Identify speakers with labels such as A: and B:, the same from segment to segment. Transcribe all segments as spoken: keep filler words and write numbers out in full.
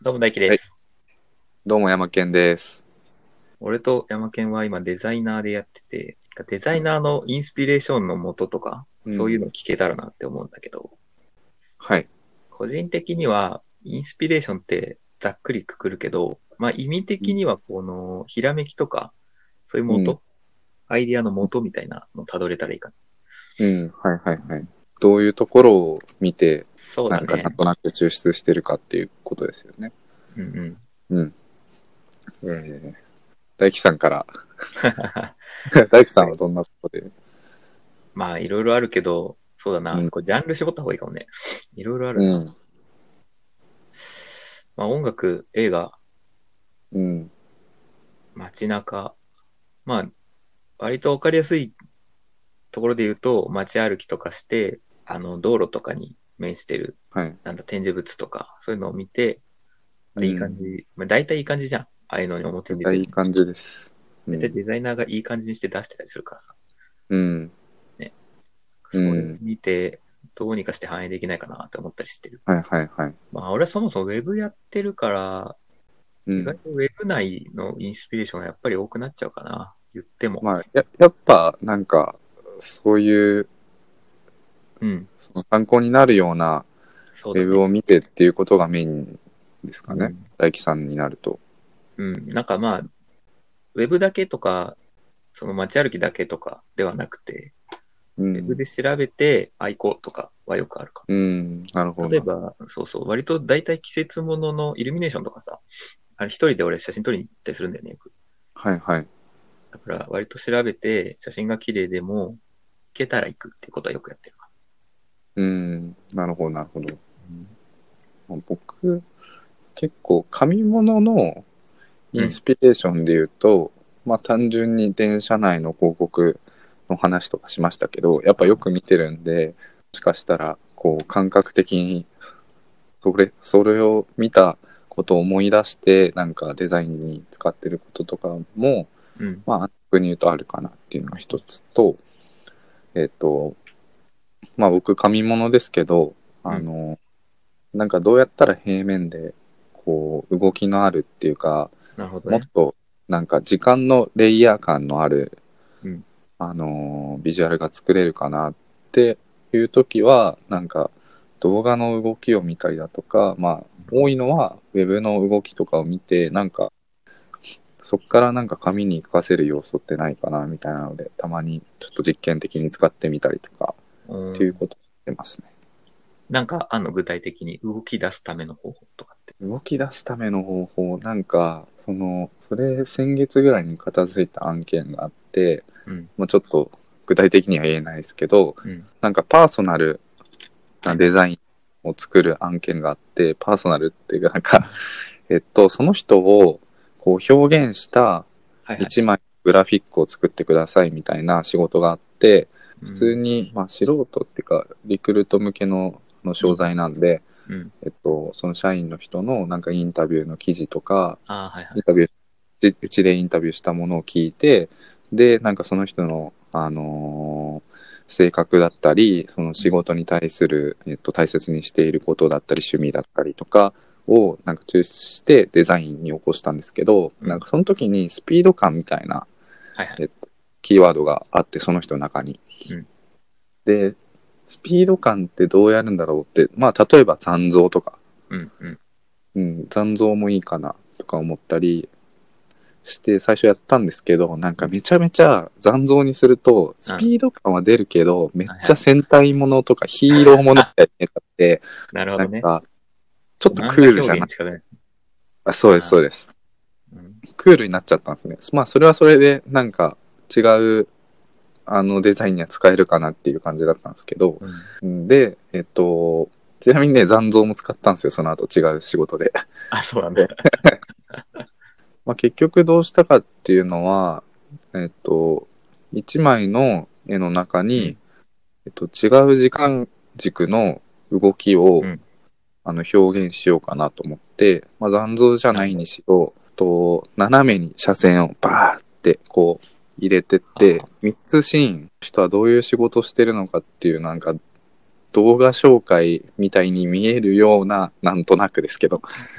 A: どうも大輝
B: はい、
A: です。
B: どうも山健です。
A: 俺と山健は今デザイナーでやってて、デザイナーのインスピレーションのもととか、
B: うん。
A: そういうの聞けたらなって思うんだけど、
B: はい。
A: 個人的にはインスピレーションってざっくりくくるけど、まあ意味
B: うん。
A: 的にはこのひらめきとか、そういう
B: うん。
A: 元、アイディアの元みたいなのをたどれたらいいかな。
B: うん。はいはいはい。どういうところを見て、なんかなん
A: そうだね。
B: となく抽出してるかっていうことですよね。
A: うんうん。
B: うん。えー、大樹さんから。大樹さんはどんなところで？
A: まあいろいろあるけど、そうだな。
B: うん。
A: これジャンル絞った方がいいかもね。いろいろあるな。
B: うん。
A: まあ音楽、映画、
B: うん。
A: 街中、まあ割とわかりやすいところで言うと、街歩きとかして、あの、道路とかに面してる、
B: はい。
A: なんだ、展示物とか、そういうのを見て、あいい感
B: うん。
A: じ、まあ、大体いい感じじゃん。ああいうのに表に出てるの。
B: 絶対いい感じです。う
A: 大体
B: ん。
A: デザイナーがいい感じにして出してたりするからさ。
B: うん。
A: ね。それを
B: うん。
A: 見て、どうにかして反映できないかなって思ったりしてる。
B: はいはいはい。
A: まあ、俺はそもそもウェブやってるから、意外
B: うん。
A: とウェブ内のインスピレーションがやっぱり多くなっちゃうかな。言っても。
B: まあ、や、やっぱ、なんか、そういう、
A: うん。
B: その参考になるような
A: そうだね。
B: ウェブを見てっていうことがメインですかね。
A: うん。
B: 大樹さんになると。
A: うん。なんかまあ、ウェブだけとか、その街歩きだけとかではなくて、ウェブ
B: うん。
A: で調べて、あ、行こうとかはよくあるか
B: うん。なるほ
A: も。
B: どな。
A: 例えば、そうそう、割と大体季節もののイルミネーションとかさ、あれ一人で俺写真撮りに行ったりするんだよね、よく。
B: はいはい。
A: だから割と調べて、写真が綺麗でも、行けたら行くっていうことはよくやってるか
B: うん。なるほどなるほど。
A: な。
B: 僕、結構紙物のイ
A: うん。
B: ンスピレーションで言うと、まあ単純に電車内の広告の話とかしましたけど、やっぱよく見てるんで、もしかしたら、こう感覚的にそれ、それを見たことを思い出して、なんかデザインに使ってることとかも、
A: うん。
B: まあ、逆に言うとあるかなっていうのが一つと、えっと、まあ僕、紙物ですけど、
A: うん。
B: あの、なんかどうやったら平面で、こう、動きのあるっていうか、
A: なるほどね。
B: もっと、なんか時間のレイヤー感のある、
A: うん。
B: あのビジュアルが作れるかなっていう時は、なんか動画の動きを見たりだとか、まあ、多いのはウェブの動きとかを見て、なんかそこからなんか紙に活かせる要素ってないかなみたいなので、たまにちょっと実験的に使ってみたりとか
A: うん。
B: っていうことをしてますね。
A: なんか、あの、具体的に動き出すための方法とかって。
B: 動き出すための方法、なんか、その、それ先月ぐらいに片付いた案件があって、
A: うん。
B: まあ、ちょっと具体的には言えないですけど、
A: うん。
B: なんかパーソナル
A: はいはい。
B: なデザインを作る案件があって、パーソナルっていうか、なんか、えっと、その人をこう表現した
A: はいはい。
B: 一枚グラフィックを作ってくださいみたいな仕事があって、普通
A: うん。
B: に、まあ、素人っていうか、リクルート向けのの商
A: うん。
B: 材なんで、
A: うん。
B: えっと、その社員の人のなんかインタビューの記事とか、
A: ああ、はいはい。
B: インタビューで、うちでインタビューしたものを聞いて、で、なんかその人の、あのー性格だったり、その
A: うん。
B: 仕事に対する、えっと、大切にしていることだったり、趣味だったりとかを、なんか抽出してデザインに起こしたんですけど、
A: うん。
B: なんかその時にスピード感みたいな、
A: はいはい。
B: えっと、キーワードがあって、その人の中に。
A: うん。
B: で、スピード感ってどうやるんだろうって、まあ、例えば残像とか、
A: うん。うん。
B: うん、残像もいいかなとか思ったり、して最初やったんですけど、なん
A: うん。
B: かめちゃめちゃ残像にすると、ス
A: あ、
B: ピード感は出るけど、めっ
A: はいはい。
B: ちゃ戦隊ものとかヒーローものみたいに見えちゃって、
A: なるほどね。
B: なんか、ちょっとク
A: 漫画表
B: ールじゃない。
A: 現に近くない。
B: あ、そうです、
A: ああ、
B: そうです。
A: うん。
B: クールになっちゃったんですね。まあ、それはそれで、なんか、違う、あの、デザインには使えるかなっていう感じだったんですけど、
A: うん。
B: で、えっと、ちなみにね、残像も使ったんですよ、その後違う仕事で。
A: あ、そうなんだ。
B: で、まあ、結局どうしたかっていうのは、えっと、一枚の絵の中に、
A: うん。
B: えっと、違う時間軸の動きを
A: うん。
B: あの表現しようかなと思って、まあ、残像じゃないに
A: なるほど。
B: しろ、と斜めに斜線をバーってこう入れてって、
A: はあはあ。
B: みっつシーン、人はどういう仕事してるのかっていうなんか動画紹介みたいに見えるような、なんとなくですけど、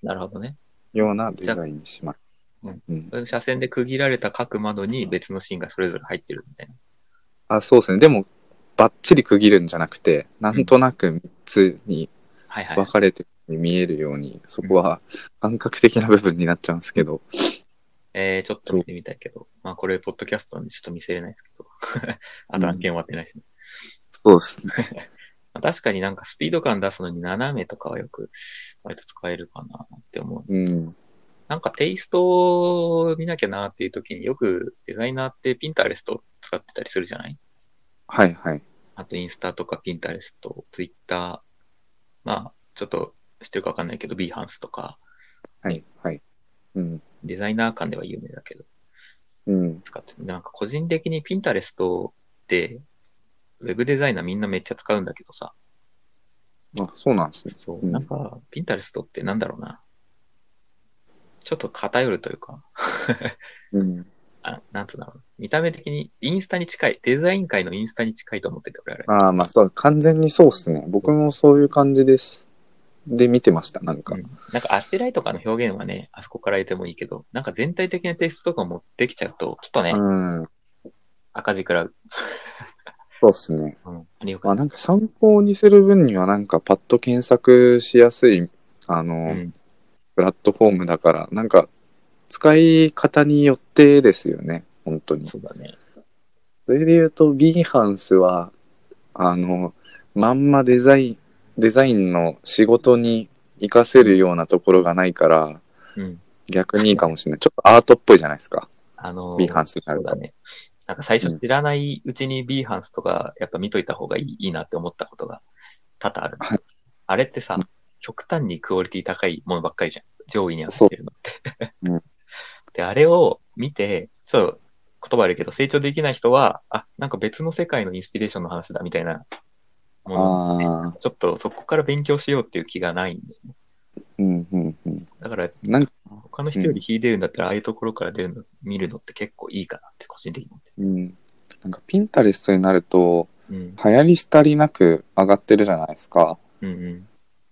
A: なるほどね。
B: ようなデザインにします。
A: うん。車線で区切られた各窓に別のシーンがそれぞれ入ってるみたいな。
B: あ、そうですね。でも、バッチリ区切るんじゃなくて、なんとなくみっつに
A: はいはい。
B: 分かれて見えるように、そこは感覚的な部分になっちゃうんですけど。
A: えー、ちょっと見てみたいけど。まあこれ、ポッドキャストなんでちょっと見せれないですけど。あと案件終わってないしね。
B: そうですね。
A: まあ、確かになんかスピード感出すのに斜めとかはよく割と使えるかなって思う。
B: うん。
A: なんかテイストを見なきゃなっていう時によくデザイナーってピンタレスト使ってたりするじゃない？
B: はいはい。
A: あとインスタとかピンタレスト、ツイッター、まあちょっと知ってるかわかんないけど、ビーハンスとか、ね、
B: はいはい。うん。
A: デザイナー間では有名だけど、
B: うん。
A: 使ってる。なんか個人的にピンタレストってウェブデザイナーみんなめっちゃ使うんだけどさ、
B: あ、そうなんですね。
A: そう、なん
B: うん。
A: かピンタレストってなんだろうな。ちょっと偏るというか、
B: うん。
A: あ、なんつうんだろう。見た目的にインスタに近い、デザイン界のインスタに近いと思ってて、俺あれ。
B: ああ、まあそう、完全にそうっすね。僕もそういう感じです。で、見てました、なんか。
A: うん。なんかあしらいとかの表現はね、あそこから入れてもいいけど、なんか全体的なテイストとか持ってきちゃうと、ちょっと
B: う
A: ね、
B: ん。
A: 赤字食らう。
B: そうっすね。
A: うん。あれよく
B: まあ
A: ない。
B: なんか参考にする分にはなんかパッと検索しやすい、あの、
A: うん。
B: プラットフォームだから、なんか使い方によってですよね、本当に。
A: そうだね。
B: それで言うと、ビーハンスは、あの、まんまデザイン、デザインの仕事に活かせるようなところがないから、
A: うん。
B: 逆にいいかもしれない。ちょっとアートっぽいじゃないですか。
A: あのー
B: ビーハンスになると。
A: そうだね。なんか最
B: うん。
A: 初知らないうちにビーハンスとかやっぱ見といた方がいい、いいなって思ったことが多々あるんだ
B: はい。
A: けど、あれってさ、極端にクオリティ高いものばっかりじゃん。上位に上がっ
B: そう。
A: てるの。
B: うん。
A: で、あれを見て、ちょっと言葉悪いけど成長できない人は、あ、なんか別の世界のインスピレーションの話だみたいなものに、
B: ああ、
A: ちょっとそこから勉強しようっていう気がないんで、ね。
B: うん、うん、うん。
A: だから、
B: なんか、
A: 他の人より秀でるんだったら、ああいうところから出るの、見るのって結構いいかなって個人的に思って。
B: うん。なんか、ピンタレストになると、
A: うん。
B: 流行り廃りなく上がってるじゃないですか。
A: うんうん。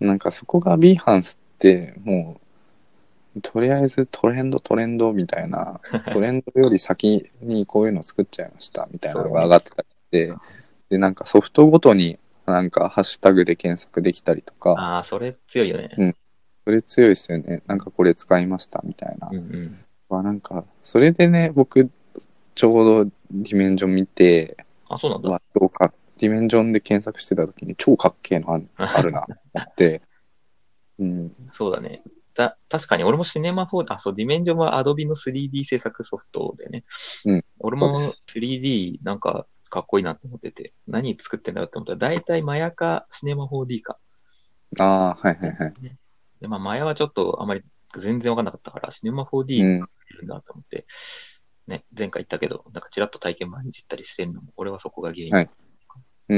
B: なんかそこがビーハンスって、もう、とりあえずトレンドトレンドみたいな、トレンドより先にこういうの作っちゃいましたみたいなの
A: そうだね。
B: が上がってたりして、で、なんかソフトごとになんかハッシュタグで検索できたりとか、
A: ああ、それ強いよね。
B: うん。それ強いですよね。なんかこれ使いましたみたいな。
A: うんうん。
B: まあなんか、それでね、僕、ちょうどディメンジョン見て、
A: あ、そうなんだ。
B: わ、超か、ディメンジョンで検索してた時に超かっけえのああるな、と思って、うん。
A: そうだね。だ、確かに俺もシネマフォー、あ、そう、ディメンジョンは Adobe の スリーディー 制作ソフトでね。
B: うん。
A: 俺も
B: そうです。
A: スリーディー なんかかっこいいなって思ってて、何作ってんだろうって思ったら、大体マヤかシネマ フォーディー か。
B: ああ、はいはいはい。
A: ね。で、まあ、マヤはちょっとあまり全然わかんなかったから、シネマ フォーディー
B: うん。
A: 作ってるんだと思って、ね、前回言ったけど、なんかちらっと体験版に知ったりしてるのも、俺はそこが原因。
B: はい。うん。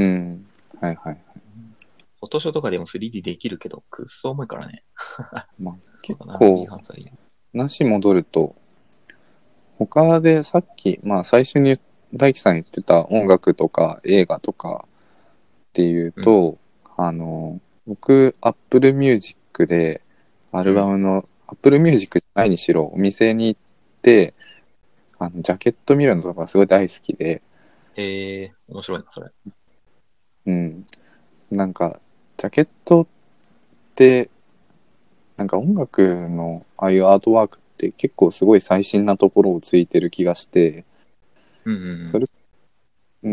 B: はいはいはい。
A: フォトショーとかでも スリーディー できるけど、くっそ重いからね。
B: まあ、
A: そうだな、
B: 結構、
A: ビーハンスはいい。
B: 話戻ると、他でさっき、まあ最初に大樹さん言ってた音楽とか映画とかっていう
A: うん。
B: と、あの、僕、Apple Music でアルバムの、Apple Music じゃないにしろ、お店に行って、あの、ジャケット見るのとかすごい大好きで、
A: へえー、面白いな、それ。
B: うん。なんか、ジャケットって、なんか音楽のああいうアートワークって結構すごい最新なところをついてる気がして、
A: うんうんうん。
B: それ、うん、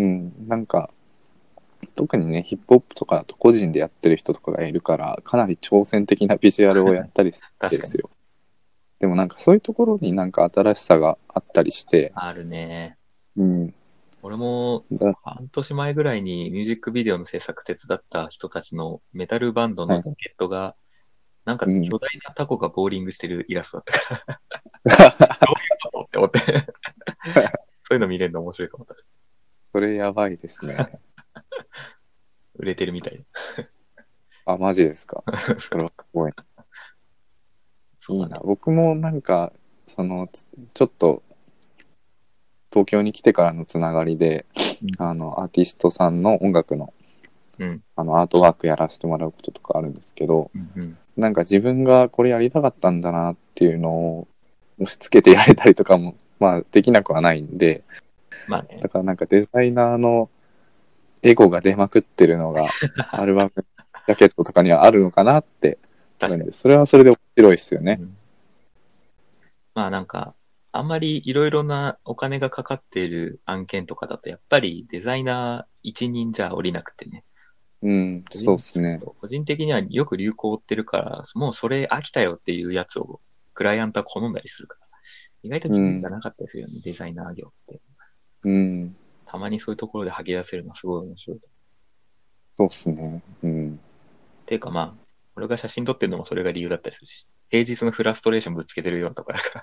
B: なんか、特にね、ヒップホップとかだと個人でやってる人とかがいるから、かなり挑戦的なビジュアルをやったりするん
A: 確かに。
B: ですよ。でもなんかそういうところになんか新しさがあったりして、
A: あるね。
B: うん。
A: 俺も
B: だ
A: 半年前ぐらいにミュージックビデオの制作手伝った人たちのメタルバンド
B: はい。
A: のジャケットが、なんか
B: うん。
A: 巨大なタコがボーリングしてるイラストだったから、どういうことって思って、そういうの見れるの面白いかも。
B: それやばいですね。
A: 売れてるみたいで。
B: あ、マジですか。それはすごい。いいな。
A: そうだね。
B: 僕もなんか、その、つちょっと東京に来てからのつながりで、
A: うん。
B: あの、アーティストさんの音楽の、
A: うん。
B: あのアートワークやらせてもらうこととかあるんですけど、
A: うんうん。
B: なんか自分がこれやりたかったんだなっていうのを押し付けてやれたりとかも、まあできなくはないんで、
A: まあね。
B: だからなんかデザイナーのエゴが出まくってるのがアルバム、ジャケットとかにはあるのかなってある
A: 確かに。
B: んで、それはそれで面白いですよね。
A: うん、まあなんか、あんまりいろいろなお金がかかっている案件とかだと、やっぱりデザイナー一人じゃ降りなくてね。
B: うん、
A: 個人
B: そうですね。
A: 個人的にはよく流行を追ってるから、もうそれ飽きたよっていうやつをクライアントは好んだりするから、意外と自由が
B: うん、
A: なかったりするよね、デザイナー業って。
B: うん、
A: たまにそういうところで吐き出せるのはすごい面白い。
B: そうですね。うん。
A: ていうかまあ、俺が写真撮ってるのもそれが理由だったりするし、平日のフラストレーションぶつけてるようなところだから。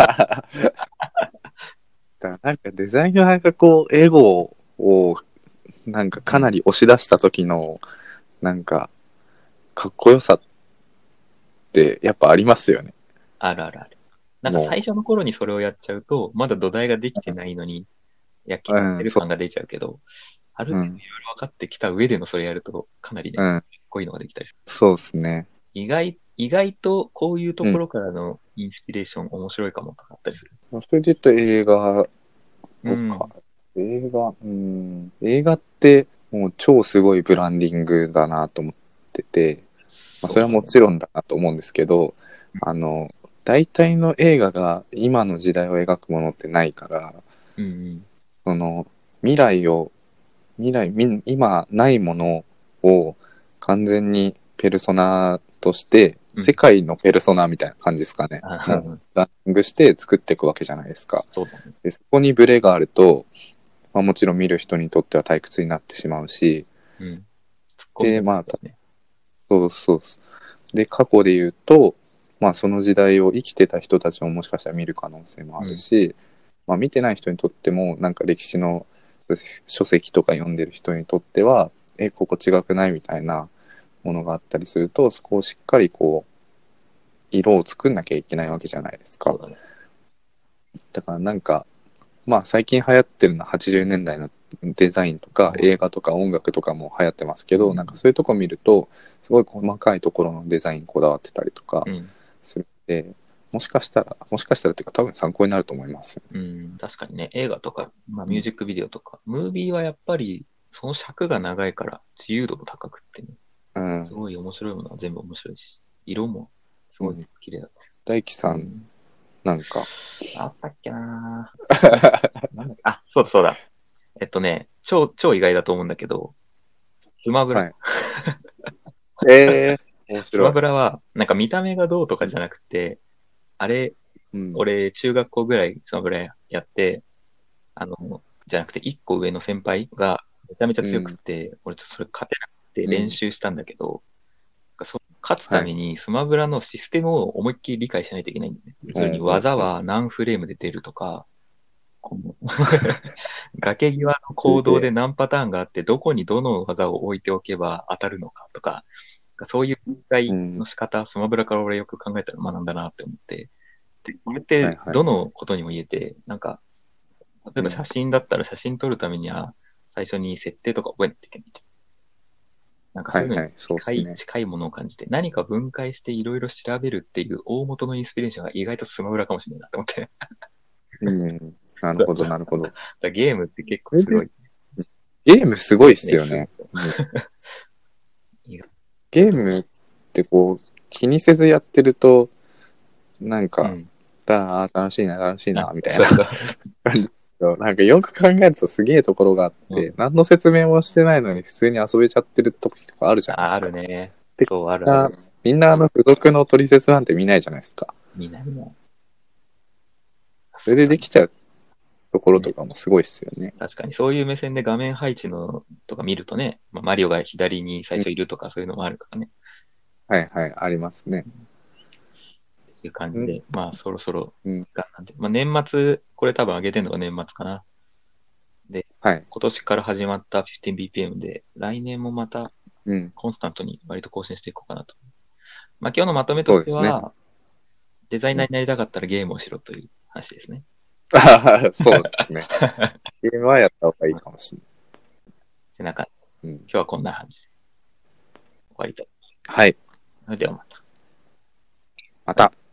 B: だからなんかデザイナーがこう、エゴをなんかかなり押し出した時の、なんか、かっこよさってやっぱありますよね。
A: あるあるある。なんか
B: も
A: 最初の頃にそれをやっちゃうと、まだ土台ができてないのに、焼き
B: う、
A: 取って
B: うん、そ
A: る感が出ちゃうけど、ある
B: う、う
A: 程度いろい
B: ん、
A: ろ分かってきた上でのそれやると、かなりね、かっ
B: うん、
A: こいいのができたりする。
B: そうですね。
A: 意外、意外とこういうと
B: うん。
A: ころからのインスピレーション面白いかもとかあったりする。
B: それで言うと映画とか、
A: うん。
B: 映画、うん、映画ってもう超すごいブランディングだなと思ってて、まあ、それはも
A: そうだね。
B: ちろんだなと思うんですけど、あの、大体の映画が今の時代を描くものってないから、
A: うんうん。
B: その未来を、未来、み今ないものを完全にペルソナとして、
A: うん。
B: 世界のペルソナみたいな感じですかね。もう、
A: あ
B: ランニングして作っていくわけじゃないですか。
A: そうだね。
B: で、そこにブレがあると、まあ、もちろん見る人にとっては退屈になってしまうし、
A: うん。突っ込み
B: で、
A: が
B: まあ、た
A: ちね。
B: そうそうそう。で、過去で言うと、まあ、その時代を生きてた人たちももしかしたら見る可能性もあ
A: うん。
B: るし、まあ、見てない人にとっても、なんか歴史の書籍とか読んでる人にとっては、え、ここ違くないみたいなものがあったりすると、そこをしっかりこう、色を作んなきゃいけないわけじゃないですか。
A: そうだね。
B: だからなんか、まあ最近流行ってるのははちじゅうねんだいのデザインとか
A: うん。
B: 映画とか音楽とかも流行ってますけど、
A: うん。
B: なんかそういうとこ見ると、すごい細かいところのデザインこだわってたりとか
A: うん。
B: するんで、もしかしたら、もしかしたらっていうか多分参考になると思いますよね。
A: うん。確かにね、映画とか、まあ
B: うん。
A: ミュージックビデオとか、ムービーはやっぱり、その尺が長いから自由度も高くってね、
B: うん。
A: すごい面白いものは全部面白いし、色もすごい
B: うん、
A: 綺麗だった。
B: 大輝さん、
A: うん。
B: なんか、
A: あったっけなぁ。なんだっけあ、そうだそうだ。えっとね、超、超意外だと思うんだけど、スマブラ。
B: はい。えー、面
A: スマ
B: 白い。
A: ブラは、なんか見た目がどうとかじゃなくて、あれ、
B: うん。
A: 俺、中学校ぐらいスマブラやって、あの、じゃなくて、一個上の先輩がめちゃめちゃ強く
B: うん。
A: て、俺ちょっとそれ勝てなくて練
B: うん。
A: 習したんだけど、そ勝つた
B: はい。
A: めにスマブラのシステムを思いっきり理解しないといけないんだよね。要するに
B: うん。うん。
A: 技
B: うん。
A: は何フレームで出るとか、この崖際の行動で
B: すげえ。
A: 何パターンがあって、どこにどの技を置いておけば当たるのかとか、そういう分解の
B: うん。
A: 仕方、スマブラから俺よく考えたら学んだなって思って、で、これって
B: はいはい。
A: どのことにも言えて、なんか、例えば
B: うん。
A: 写真だったら写真撮るためには、最初に設定とか覚えなきゃいけないじゃん。なんかそういうのに
B: はいはい。そうっ
A: 近い、
B: すね。
A: 近いものを感じて、何か分解していろいろ調べるっていう大元のインスピレーションが意外とスマブラかもしれないなと思って。
B: うん。なるほど、
A: そうそう。
B: なるほど。
A: だゲームって結構
B: それで、
A: すごい。
B: ゲームすごいっす
A: ね、す
B: よね。うん、
A: 意外と。
B: ゲームってこう、気にせずやってると、なんか、
A: うん。
B: だあー楽しいな、楽しい
A: あ、
B: な、みたいな
A: そうそう。
B: 感じ。なんかよく考えるとすげえところがあって、
A: うん。
B: 何の説明もしてないのに普通に遊べちゃってる時とかあるじゃないで
A: あ、あ
B: すか。
A: るね。
B: で、
A: そう、ある
B: みんな、
A: ある。
B: みんなあの付属の取説なんて見ないじゃないですか。
A: みんなみんな。さ
B: それ
A: すがに。
B: でできちゃうところと
A: ね。
B: かもすごいっすよね。
A: 確かにそういう目線で画面配置のとか見るとね、まあ、マリオが左に最
B: うん、
A: 初いるとかそういうのもあるからね。
B: はいはい、ありますね。
A: っていう感
B: うん、
A: じで、まあそろそろ
B: うん、
A: がなんで、まあ年末、これ多分上げてるのが年末かな。で、
B: はい。
A: 今年から始まった じゅうごビーピーエム で、来年もまた
B: うん、
A: コンスタントに割と更新していこうかなと。まあ今日のまとめとし
B: そうですね。
A: ては、デザイ
B: うん、
A: ナーになりたかったらゲームをしろという話ですね。
B: あーそうですね。ゲームはやった方がいいかもしれ
A: 背中。
B: ない。 うん。
A: 今日はこんな感じで。終わりと。
B: はい。
A: それではまた。
B: また。